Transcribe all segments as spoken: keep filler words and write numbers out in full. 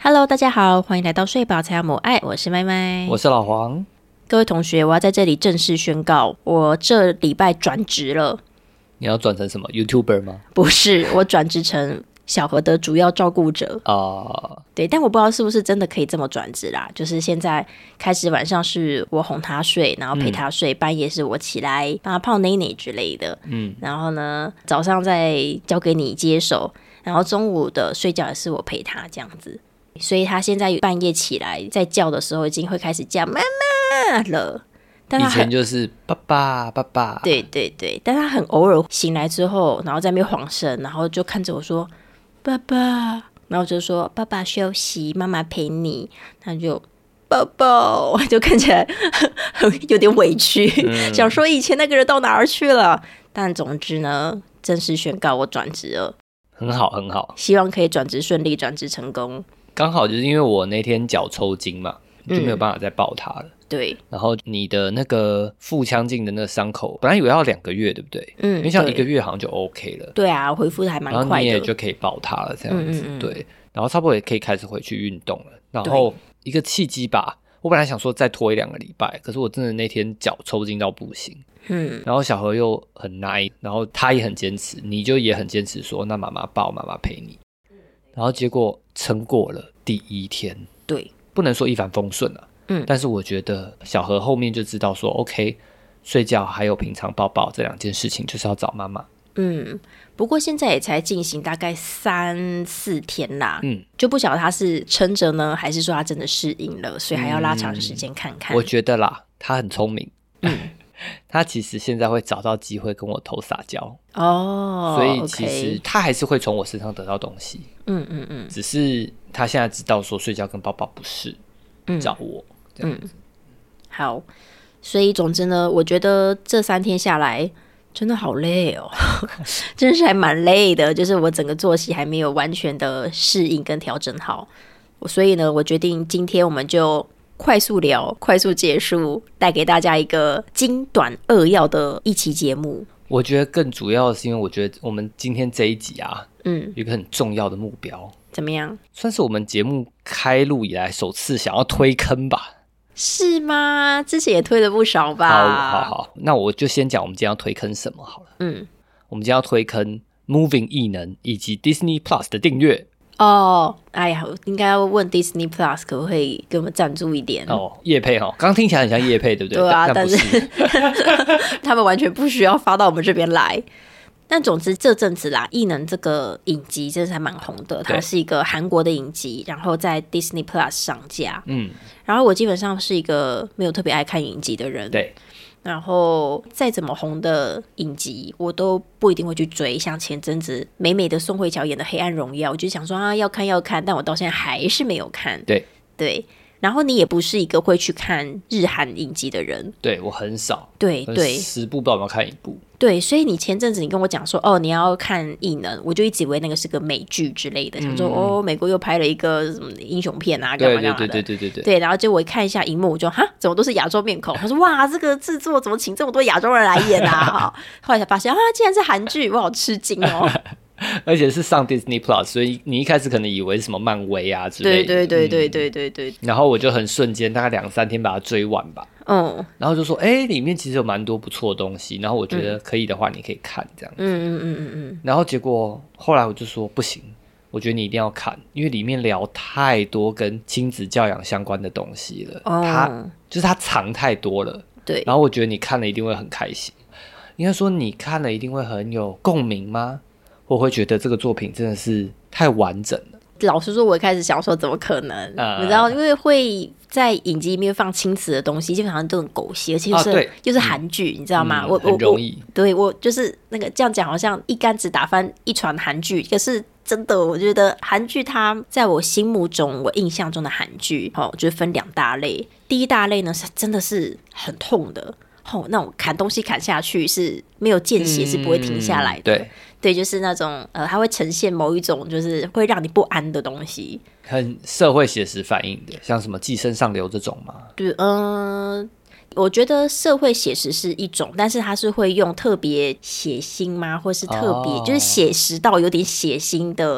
Hello， 大家好，欢迎来到睡饱才有母爱，我是麦麦， 我是老黄。 各位同学，我要在这里正式宣告，我这礼拜转职了。 你要转成什么 YouTuber 吗？ 不是，我转职成小何的主要照顾者啊、uh... 对，但我不知道是不是真的可以这么转职啦。就是现在开始晚上是我哄他睡，然后陪他睡、嗯、半夜是我起来帮他泡奶奶之类的，嗯，然后呢早上再交给你接手，然后中午的睡觉也是我陪他这样子。所以他现在半夜起来在叫的时候已经会开始叫妈妈了，但他以前就是爸爸爸爸， 对对对，但他很偶尔醒来之后然后在那边晃神，然后就看着我说爸爸，然后我就说爸爸休息，妈妈陪你，他就爸爸，就看起来有点委屈、嗯、想说以前那个人到哪儿去了。但总之呢正式宣告我转职了， 很好很好， 希望可以转职顺利，转职成功。 刚好就是因为我那天脚抽筋嘛，就没有办法再抱他了、嗯、 对， 然后你的那个腹腔镜的那个伤口本来以为要两个月对不对？嗯，因为像一个月好像就 OK 了。 对啊，恢复的还蛮快的， 然后你也就可以抱他了这样子。嗯嗯嗯，对，然后差不多也可以开始回去运动了。然后一个契机吧，我本来想说再拖一两个礼拜，可是我真的那天脚抽筋到不行。嗯，然后小何又很耐，然后他也很坚持，你就也很坚持说那妈妈抱，妈妈陪你。然后结果撑过了第一天， 对， 不能说一帆风顺啊，嗯，但是我觉得小何后面就知道说 OK， 睡觉还有平常抱抱这两件事情就是要找妈妈。嗯， 不过现在也才进行大概三四天啦，嗯，就不晓得他是撑着呢，还是说他真的适应了，所以还要拉长时间看看、 嗯。我觉得啦，他很聪明，嗯。他其实现在会找到机会跟我偷撒娇哦，所以其实他还是会从我身上得到东西。嗯嗯嗯，只是他现在知道说睡觉跟抱抱不是找我、嗯、这样子、嗯。 好，所以总之呢，我觉得这三天下来真的好累哦，真的是还蛮累的，就是我整个作息还没有完全的适应跟调整好，所以呢，我决定今天我们就快速聊快速结束，带给大家一个精短扼要的一期节目。 我觉得更主要的是因为我觉得我们今天这一集啊，嗯，有一个很重要的目标。 怎么样？ 算是我们节目开录以来首次想要推坑吧？ 是吗？之前也推了不少吧。 好好好，那我就先讲我们今天要推坑什么好了。嗯，我们今天要推坑 Moving 异能以及 Disney Plus 的订阅。 哦，哎呀，应该要问 Disney Plus 可不可以给我们赞助一点哦，业配哦，刚刚听起来很像业配，对不对？ 对啊，但但, 但是他们完全不需要发到我们这边来。但总之这阵子啦，异能这个影集真的是还蛮红的，它是一个韩国的影集，然后在 Disney Plus 上架。嗯，然后我基本上是一个没有特别爱看影集的人， 对。 然后再怎么红的影集我都不一定会去追，像前阵子美美的宋慧乔演的《黑暗荣耀》，我就想说啊要看要看，但我到现在还是没有看。 对对，然后你也不是一个会去看日韩影集的人。 对，我很少， 对对， 十部不知道有没有看一部。 对，所以你前阵子你跟我讲说哦你要看异能，我就一直以为那个是个美剧之类的、嗯、想说哦美国又拍了一个什么英雄片啊干嘛干嘛的， 对对对对对对，然后就我一看一下荧幕我就哈怎么都是亚洲面孔，他说哇这个制作怎么请这么多亚洲人来演啊后来才发现啊竟然是韩剧，我好吃惊哦而且是上 Disney Plus， 所以你一开始可能以为是什么漫威啊之类的。 对对对对对对对、嗯、 然后我就很瞬间大概两三天把它追完吧。嗯，然后就说哎、欸，里面其实有蛮多不错的东西，然后我觉得可以的话你可以看这样子。嗯嗯嗯嗯嗯。然后结果后来我就说不行，我觉得你一定要看，因为里面聊太多跟亲子教养相关的东西了。哦，它就是它藏太多了。 对。 然后我觉得你看了一定会很开心。应该说你看了一定会很有共鸣吗？我会觉得这个作品真的是太完整了。 老实说我一开始想说怎么可能、呃、你知道因为会在影集里面放亲子的东西基本上都很狗血，而且就是、啊、就是韩剧、嗯、你知道吗、嗯、我很容易我对我就是那个这样讲好像一竿子打翻一船韩剧，可是真的我觉得韩剧它在我心目中我印象中的韩剧、哦、就是分两大类。第一大类呢是真的是很痛的、哦、那种砍东西砍下去是没有见血是不会停下来的、嗯、 对对，就是那种呃，它会呈现某一种就是会让你不安的东西， 很社会写实反应的，像什么寄生上流这种吗？ 对，嗯、呃，我觉得社会写实是一种，但是它是会用特别血腥吗，或是特别、哦、就是写实到有点血腥的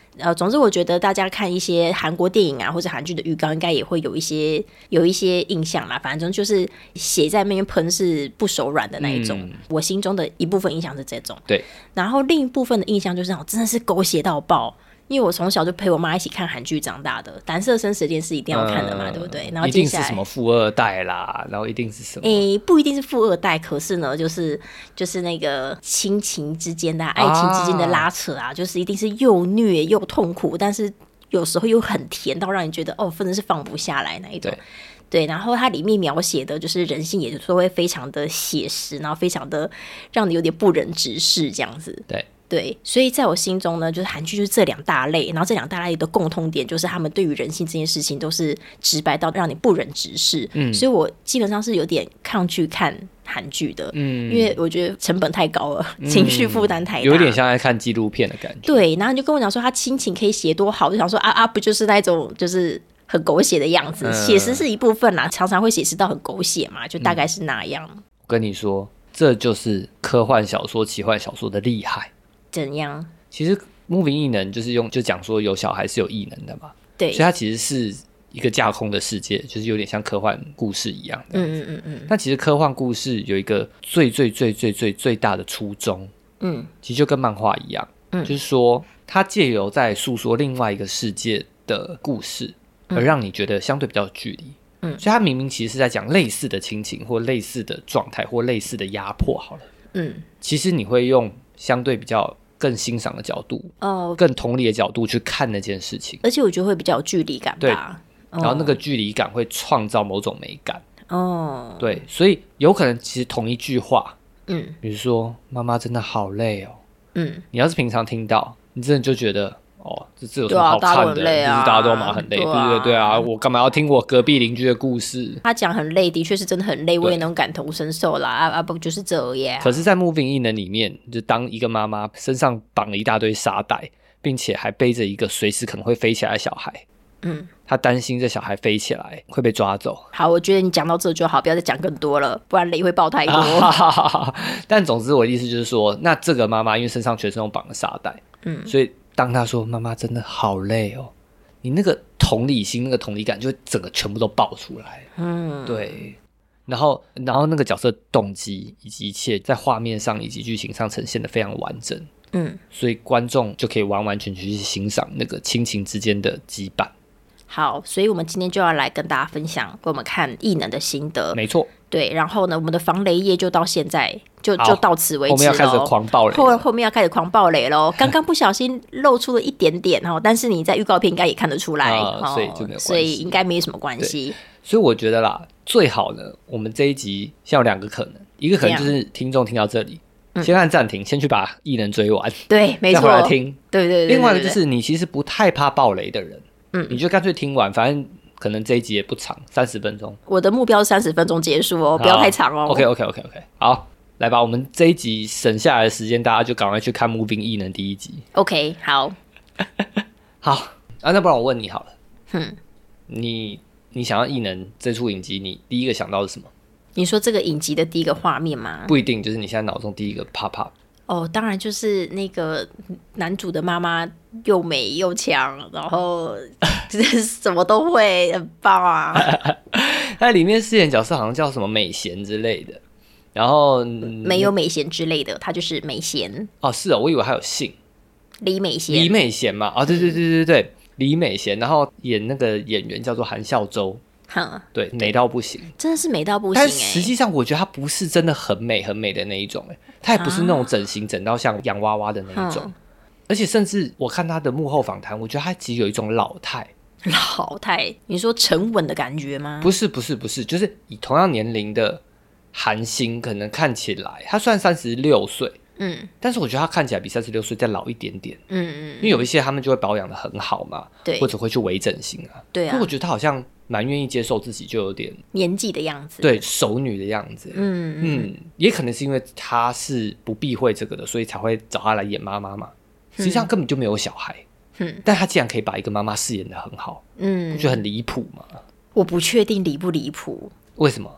呃，总之我觉得大家看一些韩国电影啊或者韩剧的预告，应该也会有一些有一些印象啦。反正就是血在那边喷是不手软的那一种、嗯、我心中的一部分印象是这种。 对， 然后另一部分的印象就是真的是狗血到爆，因为我从小就陪我妈一起看韩剧长大的，蓝色生死恋是一定要看的嘛、嗯、对不对？然后接下来一定是什么富二代啦，然后一定是什么诶、欸、不一定是富二代，可是呢就是就是那个亲情之间的、啊、爱情之间的拉扯啊，就是一定是又虐又痛苦，但是有时候又很甜到让你觉得哦真的是放不下来那一种。对对，然后它里面描写的就是人性，也就是会非常的写实，然后非常的让你有点不忍直视这样子。 对对，所以在我心中呢，就是韩剧就是这两大类，然后这两大类的共通点就是他们对于人性这件事情都是直白到让你不忍直视、嗯、所以我基本上是有点抗拒看韩剧的、嗯、因为我觉得成本太高了、嗯、情绪负担太大， 有点像在看纪录片的感觉。 对，然后你就跟我讲说他亲情可以写多好，我就想说啊啊，不就是那种就是很狗血的样子，写实是一部分啦，常常会写实到很狗血嘛，就大概是那样、嗯、 我跟你说这就是科幻小说奇幻小说的厉害。 怎样？ 其实 Moving 异能就是用就讲说有小孩是有异能的嘛， 对， 所以它其实是一个架空的世界，就是有点像科幻故事一样。嗯嗯嗯嗯。但其实科幻故事有一个最最最最最最大的初衷，嗯，其实就跟漫画一样，嗯，就是说它借由在诉说另外一个世界的故事，而让你觉得相对比较有距离。嗯，所以它明明其实是在讲类似的亲情或类似的状态或类似的压迫好了，嗯，其实你会用相对比较更欣赏的角度、哦、更同理的角度去看那件事情， 而且我觉得会比较有距离感吧。 对、哦、然后那个距离感会创造某种美感。哦，对，所以有可能其实同一句话，嗯，比如说妈妈真的好累哦，嗯，你要是平常听到，你真的就觉得哦，这这有什么好看的？对啊、就是大家都蛮很累，对不、啊、对？对啊，我干嘛要听我隔壁邻居的故事？ 他讲很累，的确是真的很累，我也能感同身受啦。啊啊，不就是这样？ 可是，在 Moving 异能里面，就当一个妈妈身上绑了一大堆沙袋，并且还背着一个随时可能会飞起来的小孩，嗯，他担心这小孩飞起来会被抓走。 好，我觉得你讲到这就好，不要再讲更多了，不然雷会爆太多。 啊、但总之，我的意思就是说，那这个妈妈因为身上全身都绑了沙袋，嗯，所以。当他说妈妈真的好累哦，你那个同理心那个同理感就整个全部都爆出来。嗯，对，然后然后那个角色动机以及一切在画面上以及剧情上呈现的非常完整。嗯，所以观众就可以完完全全去欣赏那个亲情之间的羁绊。 好，所以我们今天就要来跟大家分享我们看异能的心得。 没错， 对，然后呢，我们的防雷页就到现在就就到此为止了。 后面要开始狂爆雷， 后后面要开始狂爆雷喽。刚刚不小心露出了一点点哈，但是你在预告片应该也看得出来， 啊、所以就没有关系， 所以应该没什么关系。 所以我觉得啦，最好呢，我们这一集现在有两个可能，一个可能就是听众听到这里。先按暂停，先去把异能追完， 对，没错， 再回来听。 对 对, 对, 对, 对。 另外一个就是你其实不太怕爆雷的人，嗯，你就干脆听完，反正可能这一集也不长，三十分钟。 我的目标是三十分钟结束哦，不要太长哦。 OK OK OK OK， 好，来吧，我们这一集省下来的时间，大家就赶快去看《Moving 异能》第一集。 OK， 好， 好啊，那不然我问你好了，嗯，你你想要异能这出影集，你第一个想到是什么？ 你说这个影集的第一个画面吗？ 不一定，就是你现在脑中第一个 pop up。 哦，当然就是那个男主的妈妈又美又强，然后什么都会，很棒啊！ 他里面饰演角色好像叫什么美贤之类的，然后没有美贤之类的，他就是美贤。 哦，是哦，我以为还有姓李美贤， 李美贤嘛？哦，对对对对对，李美贤，然后演那个演员叫做韩孝周。对，美到不行， 真的是美到不行、欸。 但实际上，我觉得她不是真的很美很美的那一种、欸，她也不是那种整形整到像洋娃娃的那一种。啊、而且，甚至我看她的幕后访谈，我觉得她其实有一种老态。 老态？你说沉稳的感觉吗？ 不是，不是，不是，就是以同样年龄的韩星，可能看起来她虽然三十六岁，嗯，但是我觉得她看起来比三十六岁再老一点点。嗯嗯，因为有一些他们就会保养得很好嘛，对，或者会去微整形啊。对啊，所以我觉得她好像蛮愿意接受自己就有点年纪的样子， 对，熟女的样子。嗯嗯，也可能是因为她是不避讳这个的，所以才会找她来演妈妈嘛。实际上根本就没有小孩，嗯，但她竟然可以把一个妈妈饰演得很好，嗯，不觉得很离谱吗？ 我不确定离不离谱。 为什么？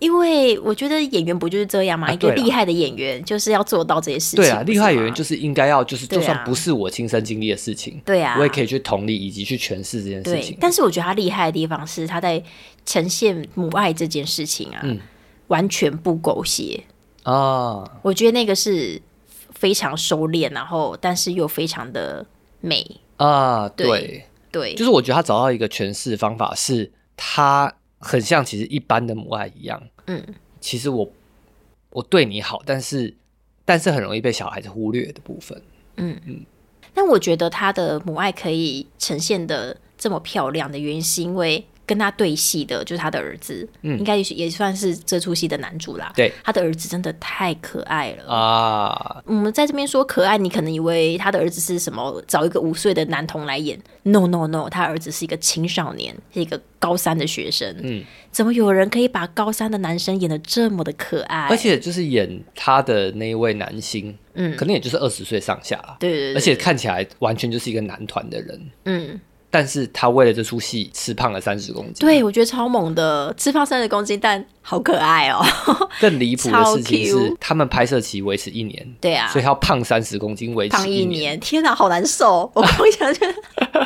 因为我觉得演员不就是这样吗、啊、一个厉害的演员就是要做到这些事情。 对啊，厉害演员就是应该要就是就算不是我亲身经历的事情， 对啊， 我也可以去同理以及去诠释这件事情。 但是我觉得他厉害的地方是他在呈现母爱这件事情啊、嗯、完全不狗血啊，我觉得那个是非常收敛，然后但是又非常的美啊。对 对, 对， 就是我觉得他找到一个诠释方法是他很像其实一般的母爱一样，嗯，其实我我对你好，但是但是很容易被小孩子忽略的部分，嗯嗯。 但我觉得他的母爱可以呈现的这么漂亮的原因，是因为跟他对戏的就是他的儿子，嗯，应该也算是这出戏的男主啦。 对， 他的儿子真的太可爱了啊！我们在这边说可爱，你可能以为他的儿子是什么，找一个五岁的男童来演 ，no no no， 他儿子是一个青少年，是一个高三的学生。嗯，怎么有人可以把高三的男生演得这么的可爱？ 而且就是演他的那一位男星，嗯，可能也就是二十岁上下啦。 对对 对, 对， 而且看起来完全就是一个男团的人。嗯。但是他为了这出戏吃胖了三十公斤， 对，我觉得超猛的，吃胖三十公斤，但好可爱哦。 更离谱的事情是，他们拍摄期维持一年， 对啊， 所以他要胖三十公斤维持一年。 胖一年，天哪，好难受！我光想想，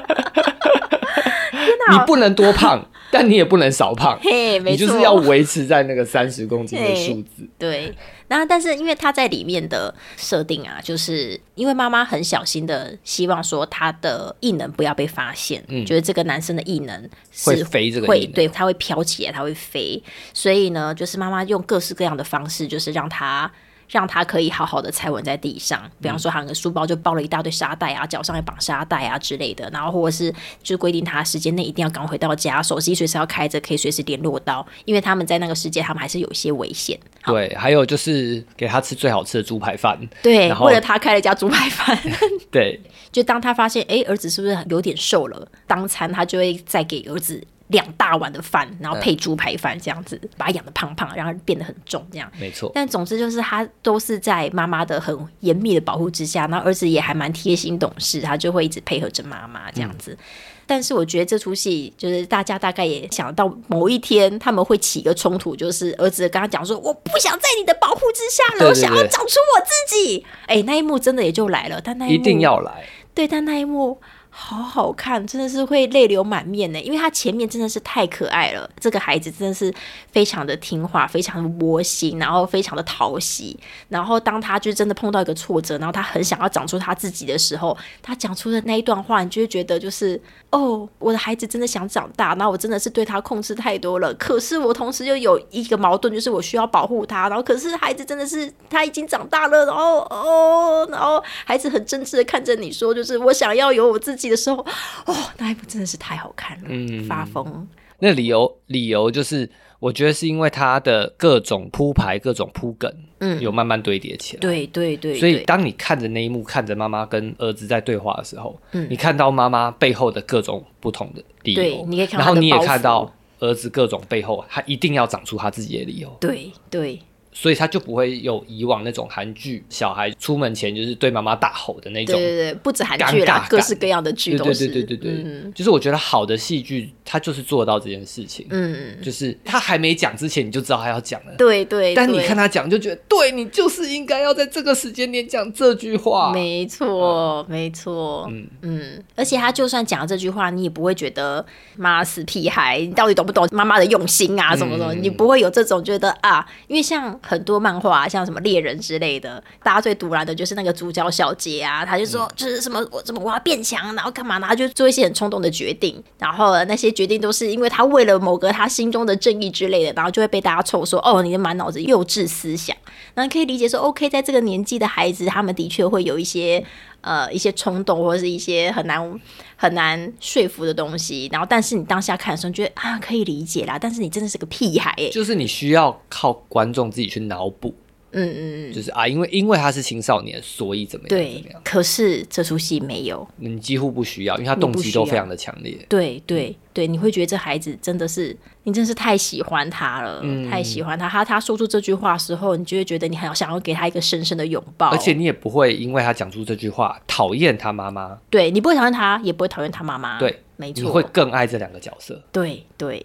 天哪， 你不能多胖，但你也不能少胖， 嘿，没错， 你就是要维持在那个三十公斤的数字。 对。然后但是因为他在里面的设定啊，就是因为妈妈很小心的希望说他的异能不要被发现，嗯，觉得这个男生的异能是会飞，这个会对他会飘起来，他会飞，所以呢就是妈妈用各式各样的方式，就是让他让他可以好好的踩稳在地上，比方说他的书包就包了一大堆沙袋啊，脚上也绑沙袋啊之类的，然后或者是就规定他时间内一定要赶回到家，手机随时要开着，可以随时联络到，因为他们在那个世界他们还是有一些危险。 对，还有就是给他吃最好吃的猪排饭， 对，为了他开了一家猪排饭。 对， 就当他发现哎儿子是不是有点瘦了，当餐他就会再给儿子两大碗的饭，然后配猪排饭这样子，把他养得胖胖，让他变得很重这样。 没错。 但总之就是他都是在妈妈的很严密的保护之下，然后儿子也还蛮贴心懂事，他就会一直配合着妈妈这样子。嗯，但是我觉得这出戏就是大家大概也想到某一天他们会起一个冲突，就是儿子跟他讲说我不想在你的保护之下了，对对对，我想要长出我自己。哎，那一幕真的也就来了，但那一幕一定要来。 对，但那一幕好好看，真的是会泪流满面呢，因为他前面真的是太可爱了，这个孩子真的是非常的听话，非常的窝心，然后非常的讨喜，然后当他就真的碰到一个挫折，然后他很想要长出他自己的时候，他讲出的那一段话，你就会觉得就是哦，我的孩子真的想长大，然后我真的是对他控制太多了，可是我同时又有一个矛盾，就是我需要保护他，然后可是孩子真的是他已经长大了，然后哦，然后孩子很真挚的看着你说，就是我想要有我自己的时候，哦，那一部真的是太好看了，嗯，发疯。 那理由理由就是，我觉得是因为他的各种铺排、各种铺梗，嗯，有慢慢堆叠起来。 对对 对, 对， 所以当你看着那一幕，看着妈妈跟儿子在对话的时候，嗯，你看到妈妈背后的各种不同的理由， 对，你可以看到， 然后你也看到儿子各种背后，他一定要长出他自己的理由。 对对。 所以他就不会有以往那种韩剧小孩出门前就是对妈妈大吼的那种， 对对对，不止韩剧啦，各式各样的剧都是， 对对对对对对、嗯，就是我觉得好的戏剧，他就是做到这件事情，嗯，就是他还没讲之前你就知道他要讲了， 对 对, 对， 但你看他讲就觉得，对你就是应该要在这个时间点讲这句话， 没错、嗯、没错，嗯嗯，而且他就算讲这句话，你也不会觉得妈死屁孩，你到底懂不懂妈妈的用心啊什么什么、嗯，你不会有这种觉得啊，因为像很多漫画像什么猎人之类的，大家最毒辣的就是那个主角小杰啊，他就说、嗯、就是什么我怎么我要变强，然后干嘛，然后就做一些很冲动的决定，然后那些决定都是因为他为了某个他心中的正义之类的，然后就会被大家臭说哦你的满脑子幼稚思想，然后可以理解说 OK 在这个年纪的孩子他们的确会有一些呃一些冲动或者是一些很难很难说服的东西，然后但是你当下看的时候你觉得啊可以理解啦，但是你真的是个屁孩耶， 就是你需要靠观众自己去脑补，嗯嗯嗯，就是啊，因为因为他是青少年，所以怎么样对怎么样。 可是这出戏没有， 你几乎不需要，因为他动机都非常的强烈。 对对对，你会觉得这孩子真的是，你真的是太喜欢他了，嗯、太喜欢他。他他说出这句话的时候，你就会觉得你很想要给他一个深深的拥抱， 而且你也不会因为他讲出这句话讨厌他妈妈。 对，你不会讨厌他，也不会讨厌他妈妈。 对， 没错， 你会更爱这两个角色。 对对。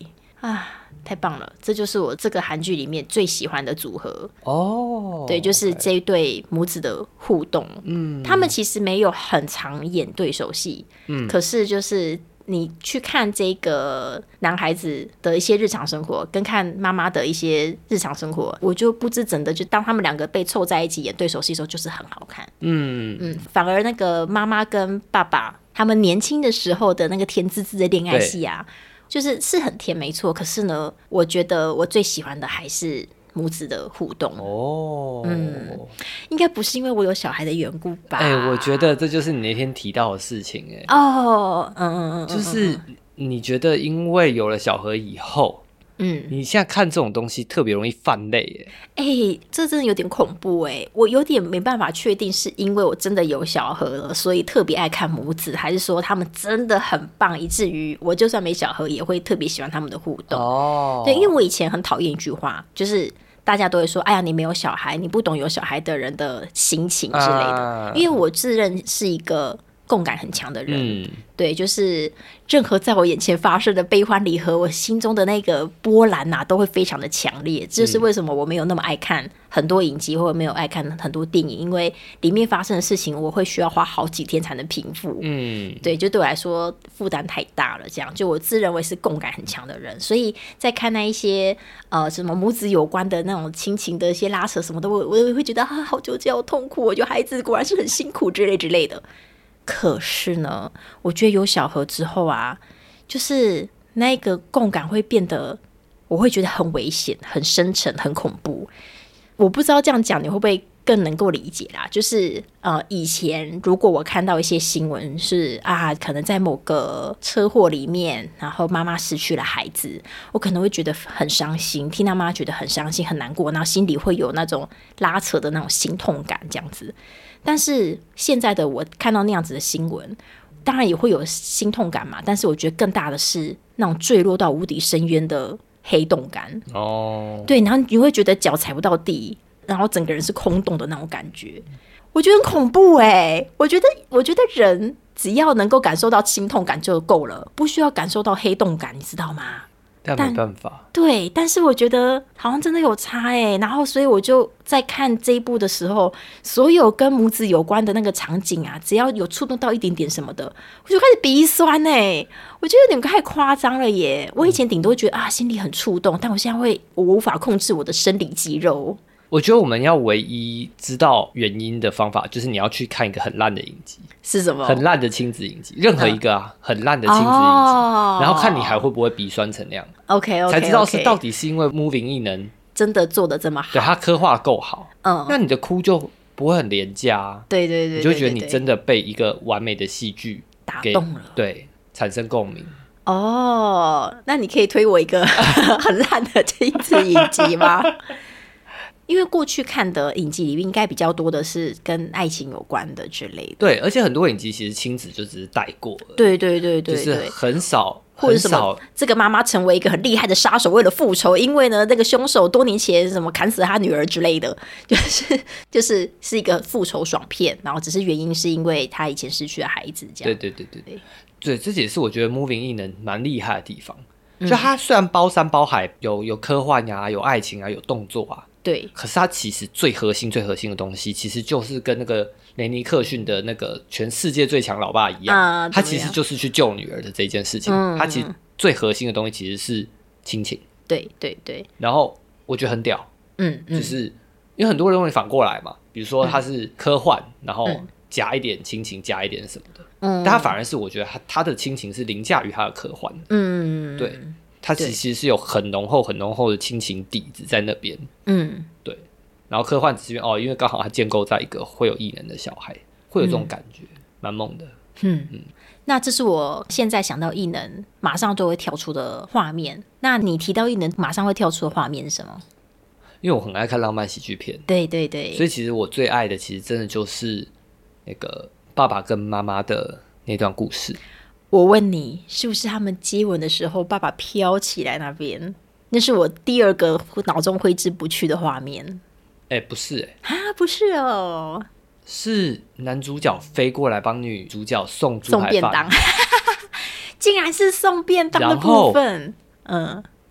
啊，太棒了，这就是我这个韩剧里面最喜欢的组合哦。 对，就是这一对母子的互动。嗯，他们其实没有很常演对手戏，嗯，可是就是你去看这个男孩子的一些日常生活，跟看妈妈的一些日常生活，我就不知怎的，就当他们两个被凑在一起演对手戏的时候，就是很好看。嗯嗯，反而那个妈妈跟爸爸他们年轻的时候的那个甜滋滋的恋爱戏啊，就是是很甜没错，可是呢，我觉得我最喜欢的还是母子的互动哦。嗯，应该不是因为我有小孩的缘故吧？ 哎、欸，我觉得这就是你那天提到的事情、欸，哎， 哦，嗯嗯嗯， 就是你觉得因为有了小孩以后，嗯，你现在看这种东西特别容易泛泪，耶。 哎、欸，这真的有点恐怖哎，我有点没办法确定是因为我真的有小孩了，所以特别爱看母子，还是说他们真的很棒，以至于我就算没小孩也会特别喜欢他们的互动。哦，对，因为我以前很讨厌一句话，就是大家都会说，哎呀，你没有小孩，你不懂有小孩的人的心情之类的。啊、因为我自认是一个共感很强的人，嗯、对，就是任何在我眼前发生的悲欢离合，我心中的那个波澜啊，都会非常的强烈。这就是为什么我没有那么爱看很多影集，或者没有爱看很多电影，因为里面发生的事情，我会需要花好几天才能平复。嗯，对，就对我来说负担太大了。这样，就我自认为是共感很强的人，所以在看那一些呃什么母子有关的那种亲情的一些拉扯什么的，我我也会觉得啊，好纠结，好痛苦，我觉得孩子果然是很辛苦之类之类的。可是呢，我觉得有小孩之后啊，就是那个共感会变得，我会觉得很危险、很深沉、很恐怖。我不知道这样讲你会不会更能够理解啦？就是呃，以前如果我看到一些新闻是啊，可能在某个车祸里面，然后妈妈失去了孩子，我可能会觉得很伤心，听到妈妈觉得很伤心、很难过，然后心里会有那种拉扯的那种心痛感，这样子。但是现在的我看到那样子的新闻，当然也会有心痛感嘛，但是我觉得更大的是那种坠落到无底深渊的黑洞感哦。对，然后你会觉得脚踩不到地，然后整个人是空洞的那种感觉，我觉得很恐怖哎、欸。我觉得，我觉得人只要能够感受到心痛感就够了，不需要感受到黑洞感，你知道吗？ 但没办法， 对，但是我觉得好像真的有差哎，然后所以我就在看这一部的时候，所有跟母子有关的那个场景啊，只要有触动到一点点什么的，我就开始鼻酸哎，我觉得有点太夸张了耶。我以前顶多觉得啊，心里很触动，但我现在会，我无法控制我的生理肌肉。 我觉得我们要唯一知道原因的方法，就是你要去看一个很烂的影集。 是什么？ 很烂的亲子影集，任何一个啊，嗯、很烂的亲子影集，哦、然后看你还会不会鼻酸成那样。 OK OK， 才知道是到底是因为 Moving 异能真的做得这么好， 对他刻画够好，嗯，那你的哭就不会很廉价、啊。 对对 对, 对, 对, 对， 你就会觉得你真的被一个完美的戏剧打动了， 对，产生共鸣。 哦，那你可以推我一个很烂的亲子影集吗？因为过去看的影集里面应该比较多的是跟爱情有关的之类的， 对，而且很多影集其实亲子就只是带过了， 对对对对， 就是很少， 或者什么这个妈妈成为一个很厉害的杀手，为了复仇，因为呢那个凶手多年前什么砍死他女儿之类的，就是就是是一个复仇爽片，然后只是原因是因为他以前失去了孩子，这样， 对对对对对，对，这也是我觉得 Moving 异能蛮厉害的地方，就它虽然包山包海，有有科幻啊，有爱情啊，有动作啊。 对， 可是它其实最核心、最核心的东西，其实就是跟那个雷尼克逊的那个全世界最强老爸一样，啊、他其实就是去救女儿的这件事情。嗯、他其实最核心的东西其实是亲情。 对对对。然后我觉得很屌，嗯，嗯就是因为很多人会反过来嘛，比如说他是科幻，嗯、然后加一点亲情，加一点什么的，嗯，但他反而是我觉得他他的亲情是凌驾于他的科幻，嗯，对。它其实是有很浓厚、很浓厚的亲情底子在那边，嗯，对。然后科幻只是哦，因为刚好它建构在一个会有异能的小孩，会有这种感觉，蛮、嗯、猛的。嗯嗯。 那这是我现在想到异能，马上就会跳出的画面。那你提到异能，马上会跳出的画面是什么？ 因为我很爱看浪漫喜剧片， 对对对， 所以其实我最爱的，其实真的就是那个爸爸跟妈妈的那段故事。 我问你，是不是他们接吻的时候，爸爸飘起来那边？那是我第二个脑中挥之不去的画面。 哎、欸，不是哎、 欸，啊，不是哦， 是男主角飞过来帮女主角送猪排饭，送便当，竟然是送便当的部分。嗯，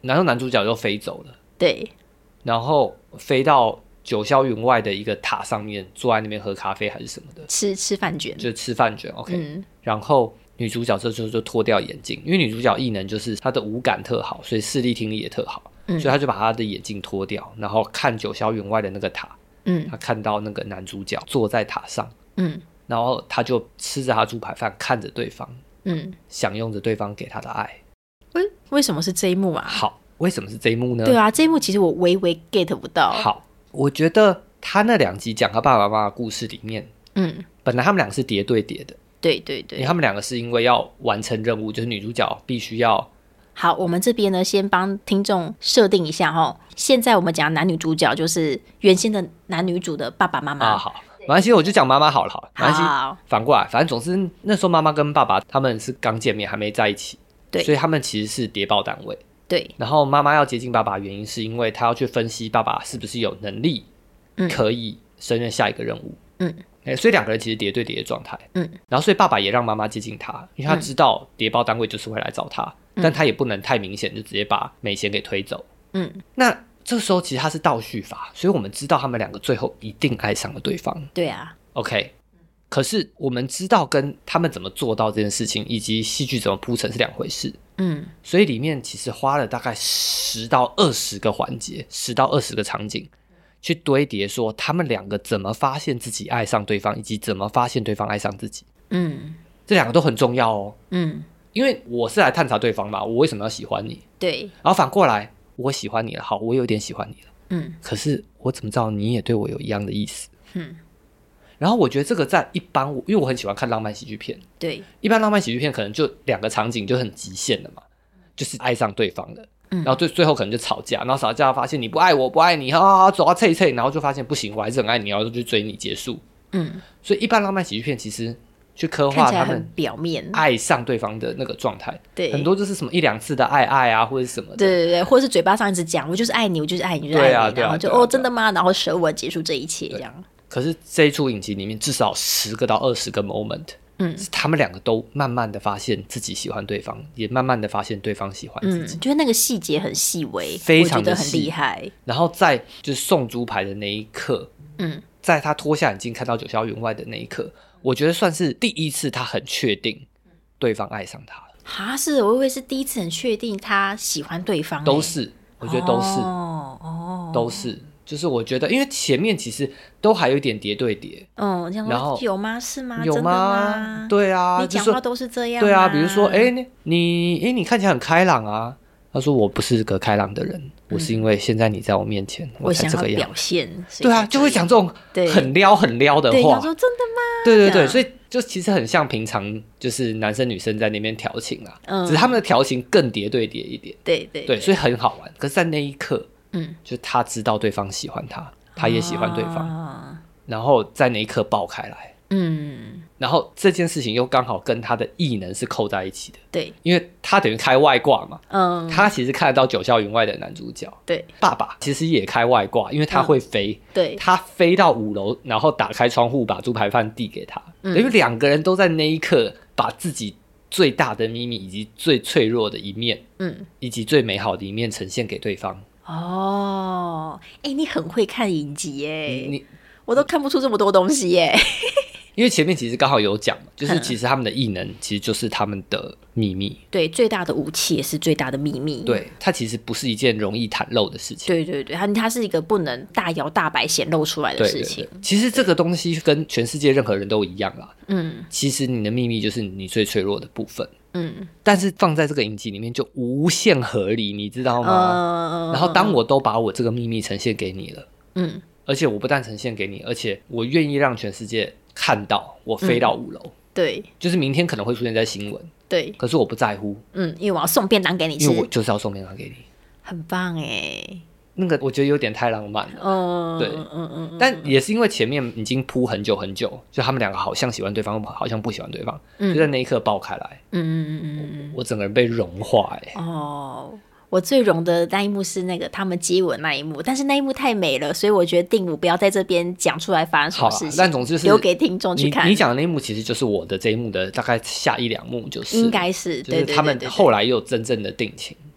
然后男主角就飞走了， 对， 然后飞到九霄云外的一个塔上面，坐在那边喝咖啡还是什么的， 吃吃饭卷， 就吃饭卷 OK、 嗯、 然后女主角这时候就脱掉眼镜，因为女主角异能就是她的五感特好，所以视力听力也特好、嗯、所以她就把她的眼镜脱掉，然后看九霄云外的那个塔，嗯，她看到那个男主角坐在塔上，嗯，然后她就吃着她猪排饭，看着对方，嗯，享用着对方给她的爱。 为为什么是这一幕啊？ 好，为什么是这一幕呢？ 对啊，这一幕其实我微微 get 不到。 好，我觉得他那两集讲他爸爸妈妈的故事里面，嗯，本来他们两个是叠对叠的， 对对对， 因为他们两个是因为要完成任务，就是女主角必须要。 好，我们这边呢，先帮听众设定一下齁。现在我们讲男女主角就是原先的男女主的爸爸妈妈啊。好，没关系，我就讲妈妈好了，好了，没关系。反过来，反正总之那时候妈妈跟爸爸他们是刚见面，还没在一起，对，所以他们其实是谍报单位。 对， 然后妈妈要接近爸爸的原因是因为她要去分析爸爸是不是有能力可以胜任下一个任务。嗯，欸、所以两个人其实叠对叠的状态。嗯，然后所以爸爸也让妈妈接近他，因为他知道谍报单位就是会来找他，嗯、但他也不能太明显就直接把美贤给推走。嗯，那这时候其实他是倒叙法，所以我们知道他们两个最后一定爱上了对方。 对啊 ，OK。可是我们知道跟他们怎么做到这件事情，以及戏剧怎么铺陈是两回事。嗯，所以里面其实花了大概十到二十个环节，十到二十个场景，去堆叠说他们两个怎么发现自己爱上对方，以及怎么发现对方爱上自己。嗯，这两个都很重要哦。嗯，因为我是来探查对方嘛，我为什么要喜欢你？ 对。 然后反过来，我喜欢你了，好，我有点喜欢你了。嗯，可是我怎么知道你也对我有一样的意思？嗯。然后我觉得这个在一般，因为我很喜欢看浪漫喜剧片， 对， 一般浪漫喜剧片可能就两个场景就很极限的嘛，就是爱上对方的，嗯、然后最最后可能就吵架，然后吵架发现你不爱我，不爱你，啊，走啊，脆脆，然后就发现不行，我还是很爱你，然后就去追你结束。嗯，所以一般浪漫喜剧片其实去刻画他们表面爱上对方的那个状态，对，很多就是什么一两次的爱爱啊，或者什么的， 对对对，或者是嘴巴上一直讲我就是爱你，我就是爱你，就是爱你，对啊对啊，然后就、啊啊、哦真的吗？然后舌吻结束这一切这样。 可是这一出影集里面至少十个到二十个 moment， 嗯，他们两个都慢慢的发现自己喜欢对方，也慢慢的发现对方喜欢自己， 嗯、就是那个细节很细微， 非常的很厉害。 然后在就是送猪排的那一刻，嗯，在他脱下眼镜看到九霄云外的那一刻，我觉得算是第一次他很确定对方爱上他了。 哈，是我以为是第一次很确定他喜欢对方、欸， 都是，我觉得都是，哦哦，都是。就是我觉得因为前面其实都还有一点叠对叠， 嗯，然后有吗？是吗？ 有吗？对啊， 你讲话都是这样、啊、 对啊，比如说哎、欸、你哎、欸、你看起来很开朗啊，他说我不是个开朗的人、嗯、我是因为现在你在我面前我才这个样， 我想要表现， 对啊，就会讲这种很撩很撩的话， 对，说真的吗？ 对对对，所以就其实很像平常就是男生女生在那边调情啊、嗯、只是他们的调情更叠对叠一点， 对 对对, 对，所以很好玩。可是在那一刻嗯，就他知道对方喜欢他，他也喜欢对方、啊、然后在那一刻爆开来，嗯，然后这件事情又刚好跟他的异能是扣在一起的， 对， 因为他等于开外挂嘛，嗯，他其实看得到九霄云外的男主角， 对， 爸爸其实也开外挂，因为他会飞、嗯、对，他飞到五楼，然后打开窗户把猪排饭递给他、嗯、因为两个人都在那一刻把自己最大的秘密以及最脆弱的一面，嗯，以及最美好的一面呈现给对方。 哦，哎、欸，你很会看影集耶，你我都看不出这么多东西耶。 因为前面其实刚好有讲，就是其实他们的异能其实就是他们的秘密， 对，最大的武器也是最大的秘密。 对，它其实不是一件容易袒露的事情。 对对对，它它是一个不能大摇大摆显露出来的事情。对对对， 其实这个东西跟全世界任何人都一样啦。嗯，其实你的秘密就是你最脆弱的部分。嗯，但是放在这个影集里面就无限合理，你知道吗？嗯、然后当我都把我这个秘密呈现给你了，嗯，而且我不但呈现给你，而且我愿意让全世界看到我飞到五楼、嗯，对，就是明天可能会出现在新闻，对，可是我不在乎， 嗯，因为我要送便当给你吃， 因为我就是要送便当给你， 很棒哎。 那个我觉得有点太浪漫了，嗯，对，嗯嗯嗯，但也是因为前面已经铺很久很久，就他们两个好像喜欢对方，好像不喜欢对方，嗯、就在那一刻爆开来，嗯嗯嗯嗯嗯，我整个人被融化哎、欸， 哦，我最融的那一幕是那个他们接吻那一幕，但是那一幕太美了，所以我决定我不要在这边讲出来发生什么事情， 但总之是留给听众去看。 你, 你讲的那一幕其实就是我的这一幕的大概下一两幕，就是应该是， 就是他们后来又有真正的定情。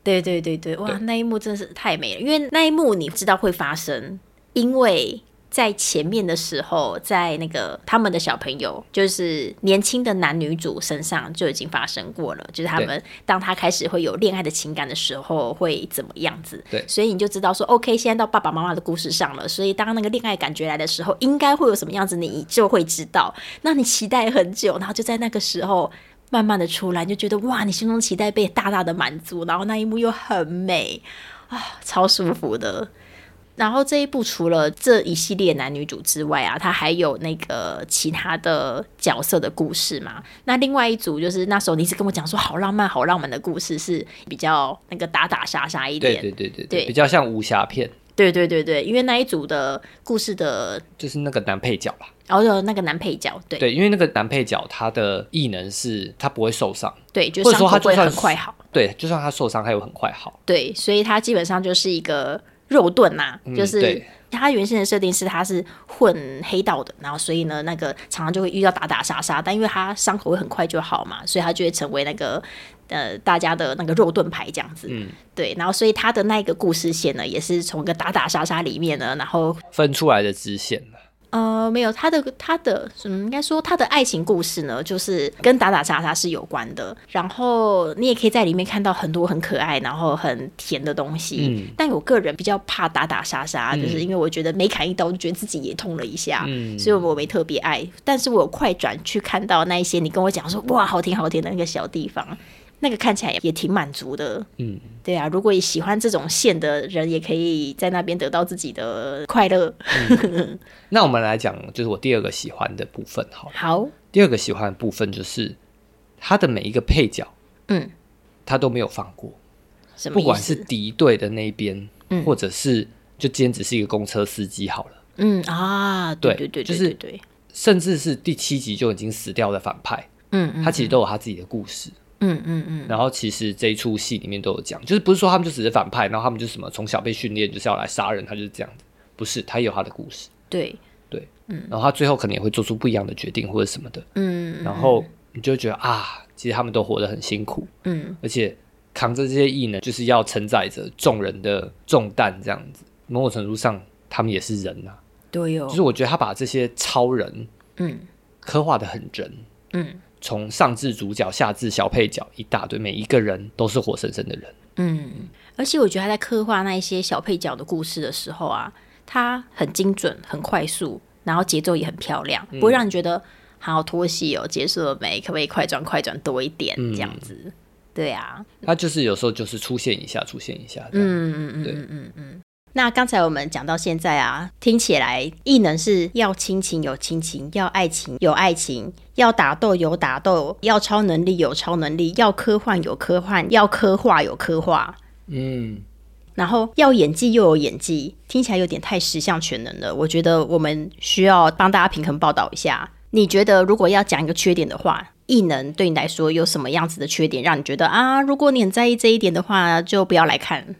对对对对，哇，那一幕真的是太美了，因为那一幕你知道会发生，因为在前面的时候，在那个他们的小朋友，就是年轻的男女主身上就已经发生过了，就是他们当他开始会有恋爱的情感的时候会怎么样子。 对， 所以你就知道说 OK 现在到爸爸妈妈的故事上了，所以当那个恋爱感觉来的时候应该会有什么样子你就会知道，那你期待很久，然后就在那个时候慢慢的出来，你就觉得哇，你心中期待被大大的满足，然后那一幕又很美啊，超舒服的。然后这一部除了这一系列男女主之外啊，它还有那个其他的角色的故事嘛。那另外一组就是那时候你一直跟我讲说好浪漫好浪漫的故事，是比较那个打打杀杀一点， 对对对 对, 对比较像武侠片。 对对对对，因为那一组的故事的就是那个男配角啦， 然后有那个男配角，对对，因为那个男配角他的异能是他不会受伤， 对，就伤口会很快好， 对，就算他受伤他又很快好， 对，所以他基本上就是一个肉盾呐、啊嗯，就是他原先的设定是他是混黑道的，然后所以呢，那个常常就会遇到打打杀杀，但因为他伤口会很快就好嘛，所以他就会成为那个呃大家的那个肉盾牌这样子，嗯，对，然后所以他的那个故事线呢，也是从一个打打杀杀里面呢，然后分出来的支线。 呃，没有，他的他的嗯，应该说他的爱情故事呢，就是跟打打杀杀是有关的。然后你也可以在里面看到很多很可爱，然后很甜的东西。嗯，但我个人比较怕打打杀杀，嗯、就是因为我觉得每砍一刀，就觉得自己也痛了一下，嗯、所以我没特别爱。但是我有快转去看到那一些你跟我讲说哇，好甜好甜的那个小地方。那个看起来也挺满足的，嗯，对啊，如果喜欢这种线的人，也可以在那边得到自己的快乐。 嗯、那我们来讲，就是我第二个喜欢的部分，好， 好， 第二个喜欢的部分就是他的每一个配角，嗯，他都没有放过， 什么意思？ 不管是敌对的那一边、嗯，或者是就今天只是一个公车司机好了， 嗯啊，对对对对对对， 就是甚至是第七集就已经死掉的反派，嗯, 嗯，他其实都有他自己的故事。嗯嗯嗯，然后其实这一出戏里面都有讲，就是不是说他们就只是反派，然后他们就什么从小被训练就是要来杀人，他就是这样子，不是，他也有他的故事， 对对，嗯，然后他最后可能也会做出不一样的决定或者什么的，嗯，然后你就会觉得啊，其实他们都活得很辛苦，嗯，而且扛着这些异能，就是要承载着众人的重担，这样子，某种程度上他们也是人啊， 对哦， 就是我觉得他把这些超人，嗯，刻画得很真，嗯。从上至主角下至小配角一大堆，每一个人都是活生生的人。嗯， 而且我觉得他在刻画那一些小配角的故事的时候啊，他很精准、很快速，然后节奏也很漂亮，嗯、不会让你觉得好拖戏哦，结束了没？可不可以快转快转多一点、嗯、这样子？对啊， 他就是有时候就是出现一下，出现一下。嗯嗯嗯嗯嗯嗯。那刚才我们讲到现在啊，听起来异能是要亲情有亲情，要爱情有爱情，要打斗有打斗，要超能力有超能力，要科幻有科幻，要刻画有刻画，嗯，然后要演技又有演技，听起来有点太十项全能了。我觉得我们需要帮大家平衡报道一下，你觉得如果要讲一个缺点的话，异能对你来说有什么样子的缺点，让你觉得啊，如果你很在意这一点的话，就不要来看。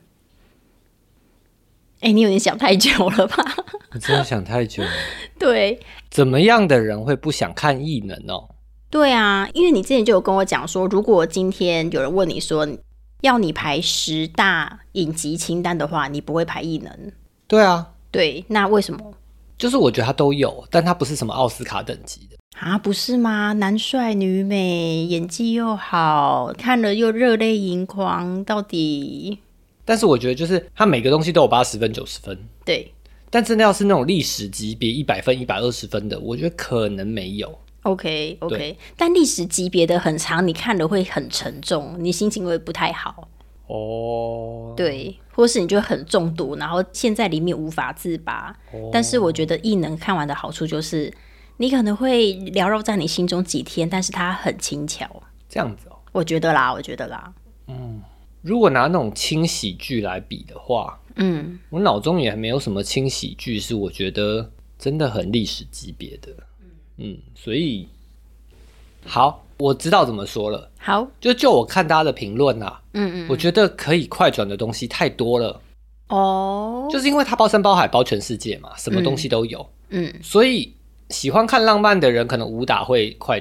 哎、欸，你有点想太久了吧？ 我真的想太久了。 对， 怎么样的人会不想看异能哦？ 对啊，因为你之前就有跟我讲说，如果今天有人问你说要你排十大影集清单的话，你不会排异能。 对啊， 对，那为什么？ 就是我觉得他都有，但他不是什么奥斯卡等级的啊，不是吗？男帅女美，演技又好，看了又热泪盈眶，到底？ 但是我觉得就是他每个东西都有八十分九十分， 对， 但真的要是那种历史级别一百分一百二十分的，我觉得可能没有。 OK OK， 但历史级别的很长，你看了会很沉重，你心情会不太好哦。对，或是你就很中毒，然后陷在里面无法自拔、哦、但是我觉得异能看完的好处就是你可能会缭绕在你心中几天，但是它很轻巧， 这样子哦。 我觉得啦我觉得啦嗯，如果拿那种轻喜剧来比的话，嗯，我脑中也没有什么轻喜剧是我觉得真的很历史级别的，嗯，所以好，我知道怎么说了。 好， 就就我看大家的评论啊，嗯嗯，我觉得可以快转的东西太多了哦，就是因为它包山包海包全世界嘛，什么东西都有，嗯，嗯所以喜欢看浪漫的人可能武打会快转。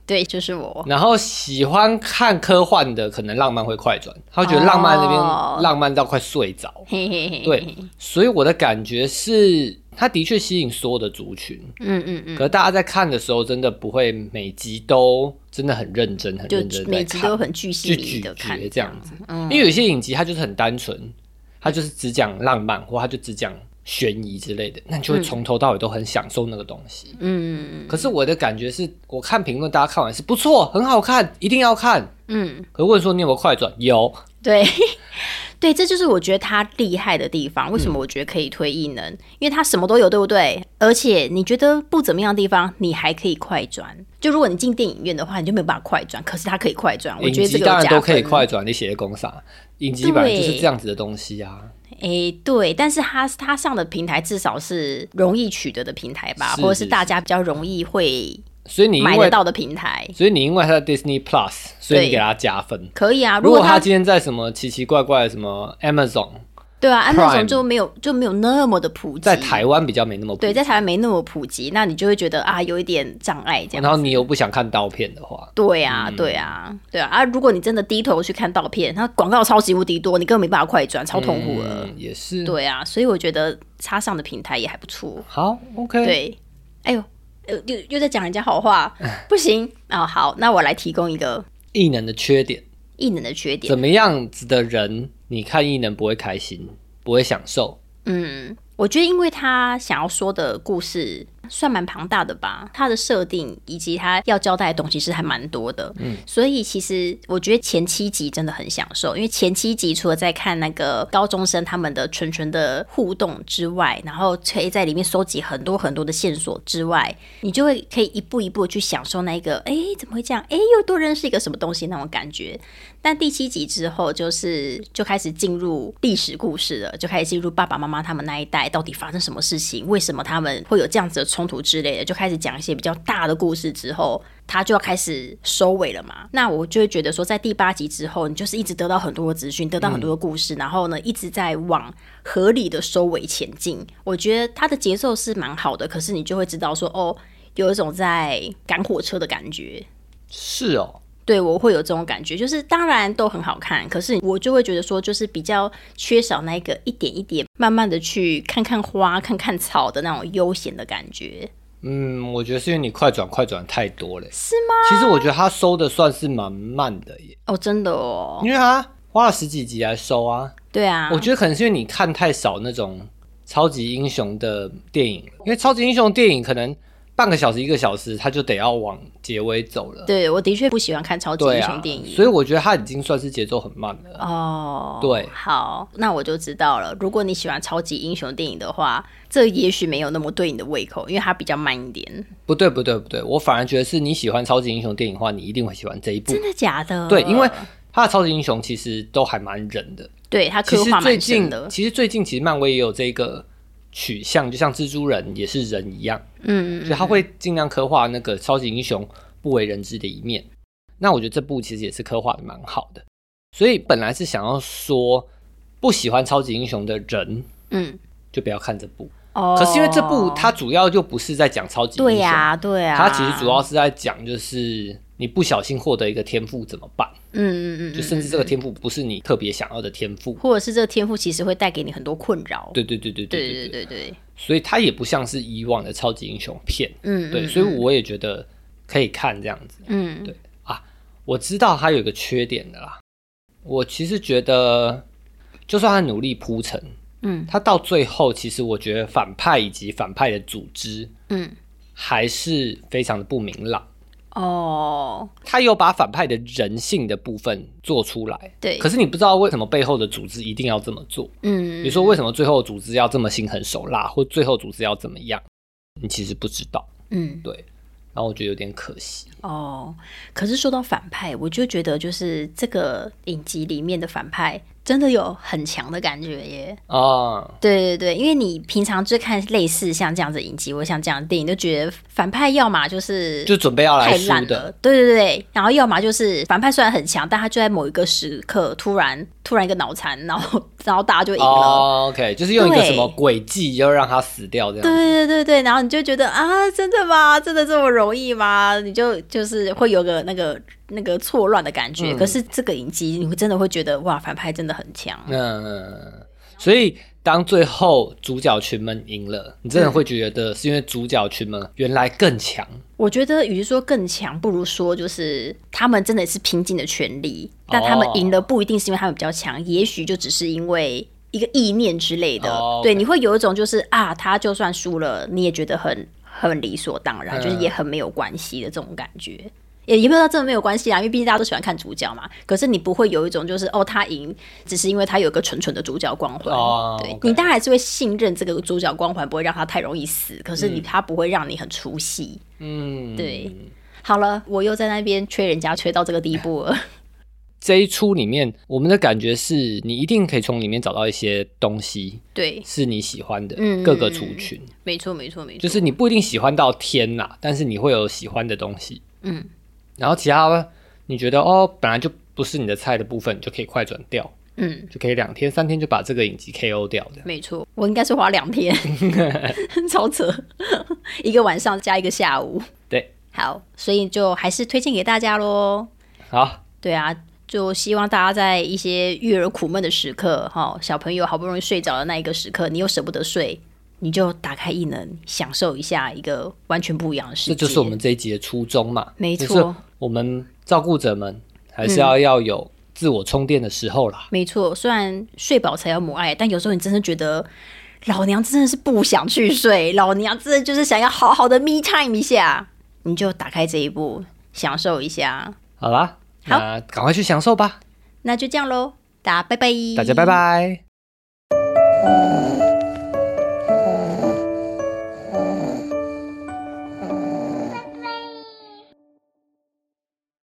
对，就是我。 然后喜欢看科幻的，可能浪漫会快转，他会觉得浪漫那边、哦、浪漫到快睡着。 嘿嘿嘿对，所以我的感觉是，他的确吸引所有的族群。嗯嗯嗯。可是大家在看的时候，真的不会每集都真的很认真、很认真在看， 每集都很巨细靡遗的看这样子。嗯，因为有一些影集它就是很单纯，它就是只讲浪漫，或它就只讲悬疑之类的，那你就会从头到尾都很享受那个东西。嗯，可是我的感觉是，我看评论，大家看完是不错，很好看，一定要看。嗯，可是问说你有没有快转？有。 对，对，这就是我觉得他厉害的地方。为什么我觉得可以推艺能？嗯、因为他什么都有，对不对？而且你觉得不怎么样的地方，你还可以快转。就如果你进电影院的话，你就没有办法快转，可是它可以快转。我觉得这个有加分。影集当然都可以快转，你写的公啥？影集本来就是这样子的东西啊。 诶，对，但是它它上的平台至少是容易取得的平台吧，或者是大家比较容易会所以你买得到的平台。 所以你因为它在 Disney Plus， 所以你给它加分。 可以啊， 如果它今天在什么奇奇怪怪的什么 Amazon。 对啊 ，Amazon 就没有就没有那么的普及， 在台湾比较没那么普及。 对，在台湾没那么普及，那你就会觉得啊有一点障碍这样。 然后你又不想看盗片的话， 对啊，嗯、对啊，对啊啊！如果你真的低头去看盗片，它广告超级无敌多，你根本没办法快转，超痛苦了。 嗯、也是。 对啊，所以我觉得插上的平台也还不错。 好 ，OK。 对，哎呦，又又在讲人家好话，不行啊、哦！好，那我来提供一个艺能的缺点。 艺能的缺点， 怎么样子的人，你看艺能不会开心？不会享受。 嗯，我觉得因为他想要说的故事算蛮庞大的吧，他的设定以及他要交代的东西是还蛮多的。嗯，所以其实我觉得前七集真的很享受，因为前七集除了在看那个高中生他们的纯纯的互动之外，然后可以在里面收集很多很多的线索之外，你就会可以一步一步去享受那一个哎怎么会这样，哎又多认识一个什么东西那种感觉。但第七集之后就是就开始进入历史故事了，就开始进入爸爸妈妈他们那一代到底发生什么事情，为什么他们会有这样子的冲突之类的，就开始讲一些比较大的故事之后，他就要开始收尾了嘛。那我就会觉得说在第八集之后，你就是一直得到很多的资讯，得到很多的故事、嗯、然后呢一直在往合理的收尾前进。我觉得他的节奏是蛮好的，可是你就会知道说哦有一种在赶火车的感觉。 是哦， 对，我会有这种感觉，就是当然都很好看，可是我就会觉得说就是比较缺少那个一点一点慢慢的去看看花看看草的那种悠闲的感觉。 嗯，我觉得是因为你快转快转太多了。 是吗？ 其实我觉得他收的算是蛮慢的耶。 哦，真的哦， 因为他花了十几集来收啊。 对啊， 我觉得可能是因为你看太少那种超级英雄的电影，因为超级英雄电影可能半个小时一个小时他就得要往结尾走了。 对，我的确不喜欢看超级英雄电影、 啊、所以我觉得他已经算是节奏很慢了。 哦， 对， 好，那我就知道了，如果你喜欢超级英雄电影的话，这也许没有那么对你的胃口，因为它比较慢一点。 不对不对不对，我反而觉得是你喜欢超级英雄电影的话，你一定会喜欢这一部。 真的假的？ 对，因为他的超级英雄其实都还蛮人的。 对，他刻画蛮深的。 其实最近其实漫威也有这个取向，就像蜘蛛人也是人一样，嗯，所以他会尽量刻画那个超级英雄不为人知的一面。那我觉得这部其实也是刻画的蛮好的。所以本来是想要说不喜欢超级英雄的人，嗯，就不要看这部。哦，可是因为这部它主要就不是在讲超级英雄， 对呀、啊、对呀、啊， 它其实主要是在讲就是你不小心获得一个天赋怎么办？嗯嗯嗯，就甚至这个天赋不是你特别想要的天赋， 或者是这个天赋其实会带给你很多困扰。 对对对对对对对对对， 所以它也不像是以往的超级英雄片。嗯，对，所以我也觉得可以看这样子。嗯，对啊，我知道它有一个缺点的啦。我其实觉得，就算他努力铺陈，嗯，他到最后其实我觉得反派以及反派的组织，嗯，还是非常的不明朗。哦，他有把反派的人性的部分做出来，对，可是你不知道为什么背后的组织一定要这么做，嗯，比如说为什么最后组织要这么心狠手辣，或最后组织要怎么样，你其实不知道，嗯，对，然后我觉得有点可惜。 哦，可是说到反派，我就觉得就是这个影集里面的反派真的有很强的感觉耶。哦，对对对，因为你平常就看类似像这样子影集或像这样的电影，就觉得反派要么就是就准备要来输的， 对对对，然后要么就是反派虽然很强，但他就在某一个时刻突然突然一个脑残，然后然后大家就赢了。 哦、OK， 就是用一个什么诡计就让他死掉这样子。 对对对对，然后你就觉得啊，真的吗？真的这么容易吗？你就就是会有个那个那个错乱的感觉。嗯、可是这个影集，你会真的会觉得哇，反派真的很强。 嗯，所以当最后主角群们赢了，你真的会觉得是因为主角群们原来更强。 我觉得与其说更强，不如说就是他们真的是拼尽了全力，但他们赢了不一定是因为他们比较强，也许就只是因为一个意念之类的。Oh, okay. 对，你会有一种就是啊，他就算输了，你也觉得很很理所当然，嗯、就是也很没有关系的这种感觉。也也没有到真的没有关系啊，因为毕竟大家都喜欢看主角嘛。可是你不会有一种就是哦，他赢只是因为他有一个纯纯的主角光环。Oh, 对， okay. 你当然还是会信任这个主角光环不会让他太容易死，可是你、嗯、他不会让你很出戏。嗯，对。好了，我又在那边吹人家吹到这个地步了。 这一出里面，我们的感觉是你一定可以从里面找到一些东西，对，是你喜欢的、嗯、各个族群。 没错，没错，没错。 就是你不一定喜欢到天啦，但是你会有喜欢的东西。嗯。然后其他你觉得哦本来就不是你的菜的部分，你就可以快转掉，嗯，就可以两天三天就把这个影集 K O 掉的。 没错，我应该是花两天，超扯，一个晚上加一个下午。 对， 好，所以就还是推荐给大家咯。 好， 对啊，就希望大家在一些育儿苦闷的时刻，小朋友好不容易睡着的那一个时刻，你又舍不得睡，你就打开艺能，享受一下一个完全不一样的世界。 这就是我们这一集的初衷嘛。 没错， 我们照顾者们还是要要有自我充电的时候啦。 嗯、没错，虽然睡饱才有母爱，但有时候你真的觉得老娘真的是不想去睡，老娘真的就是想要好好的 me time 一下，你就打开这一部，享受一下。 好啦，那赶快去享受吧。 那就这样咯，大家拜拜。 大家拜拜。